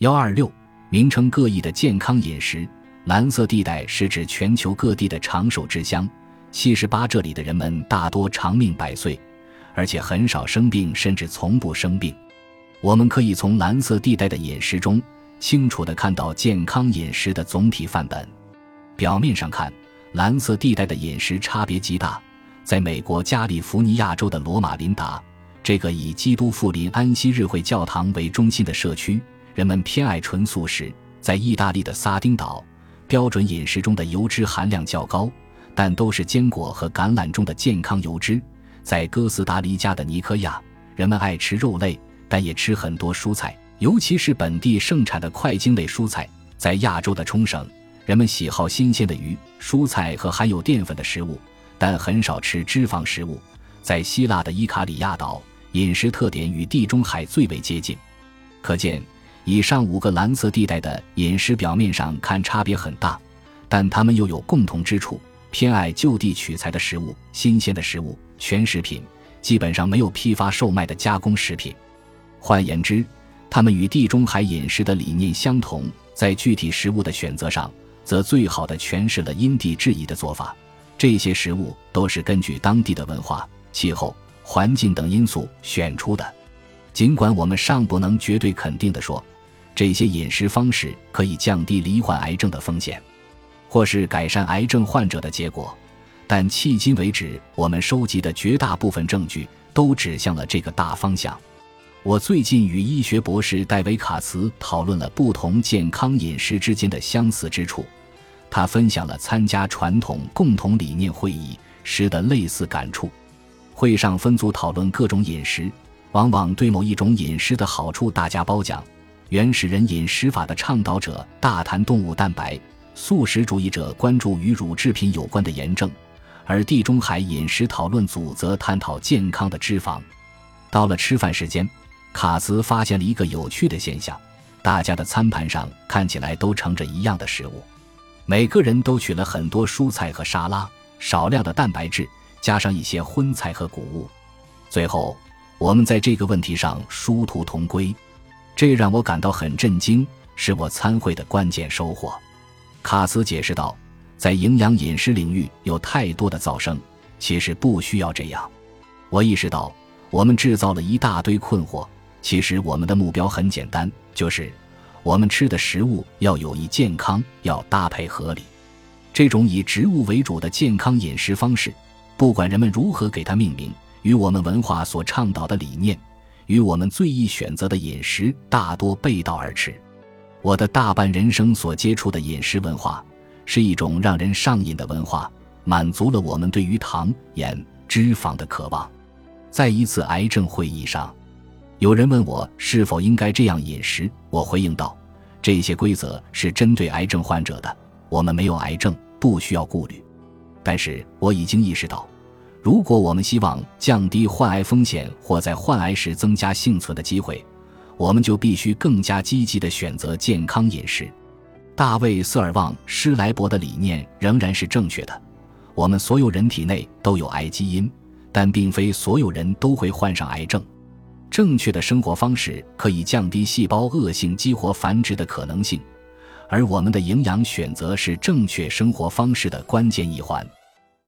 126名称各异的健康饮食。蓝色地带是指全球各地的长寿之乡，78这里的人们大多长命100岁，而且很少生病，甚至从不生病。我们可以从蓝色地带的饮食中清楚地看到健康饮食的总体范本。表面上看，蓝色地带的饮食差别极大。在美国加利福尼亚州的罗马琳达，这个以基督复临安息日会教堂为中心的社区，人们偏爱纯素食。在意大利的撒丁岛，标准饮食中的油脂含量较高，但都是坚果和橄榄中的健康油脂。在哥斯达黎加的尼科亚，人们爱吃肉类，但也吃很多蔬菜，尤其是本地盛产的块茎类蔬菜。在亚洲的冲绳，人们喜好新鲜的鱼、蔬菜和含有淀粉的食物，但很少吃脂肪食物。在希腊的伊卡里亚岛，饮食特点与地中海最为接近。可见以上5个蓝色地带的饮食表面上看差别很大，但它们又有共同之处，偏爱就地取材的食物、新鲜的食物、全食品，基本上没有批发售卖的加工食品。换言之，它们与地中海饮食的理念相同，在具体食物的选择上，则最好地诠释了因地制宜的做法。这些食物都是根据当地的文化、气候、环境等因素选出的。尽管我们尚不能绝对肯定地说，这些饮食方式可以降低罹患癌症的风险，或是改善癌症患者的结果，但迄今为止我们收集的绝大部分证据都指向了这个大方向。我最近与医学博士戴维卡茨讨论了不同健康饮食之间的相似之处，他分享了参加传统共同理念会议时的类似感触。会上分组讨论各种饮食，往往对某一种饮食的好处大加褒奖。原始人饮食法的倡导者大谈动物蛋白，素食主义者关注与乳制品有关的炎症，而地中海饮食讨论组则探讨健康的脂肪。到了吃饭时间，卡茨发现了一个有趣的现象，大家的餐盘上看起来都盛着一样的食物，每个人都取了很多蔬菜和沙拉，少量的蛋白质，加上一些荤菜和谷物。最后我们在这个问题上殊途同归，这让我感到很震惊，是我参会的关键收获。卡茨解释道，在营养饮食领域有太多的噪声，其实不需要这样。我意识到我们制造了一大堆困惑，其实我们的目标很简单，就是我们吃的食物要有益健康，要搭配合理。这种以植物为主的健康饮食方式，不管人们如何给它命名，与我们文化所倡导的理念，与我们最易选择的饮食大多背道而驰。我的大半人生所接触的饮食文化，是一种让人上瘾的文化，满足了我们对于糖、盐、脂肪的渴望。在一次癌症会议上，有人问我是否应该这样饮食，我回应道，这些规则是针对癌症患者的，我们没有癌症，不需要顾虑。但是我已经意识到，如果我们希望降低患癌风险或在患癌时增加幸存的机会，我们就必须更加积极地选择健康饮食。大卫·瑟尔旺·施莱伯的理念仍然是正确的，我们所有人体内都有癌基因，但并非所有人都会患上癌症。正确的生活方式可以降低细胞恶性激活繁殖的可能性，而我们的营养选择是正确生活方式的关键一环。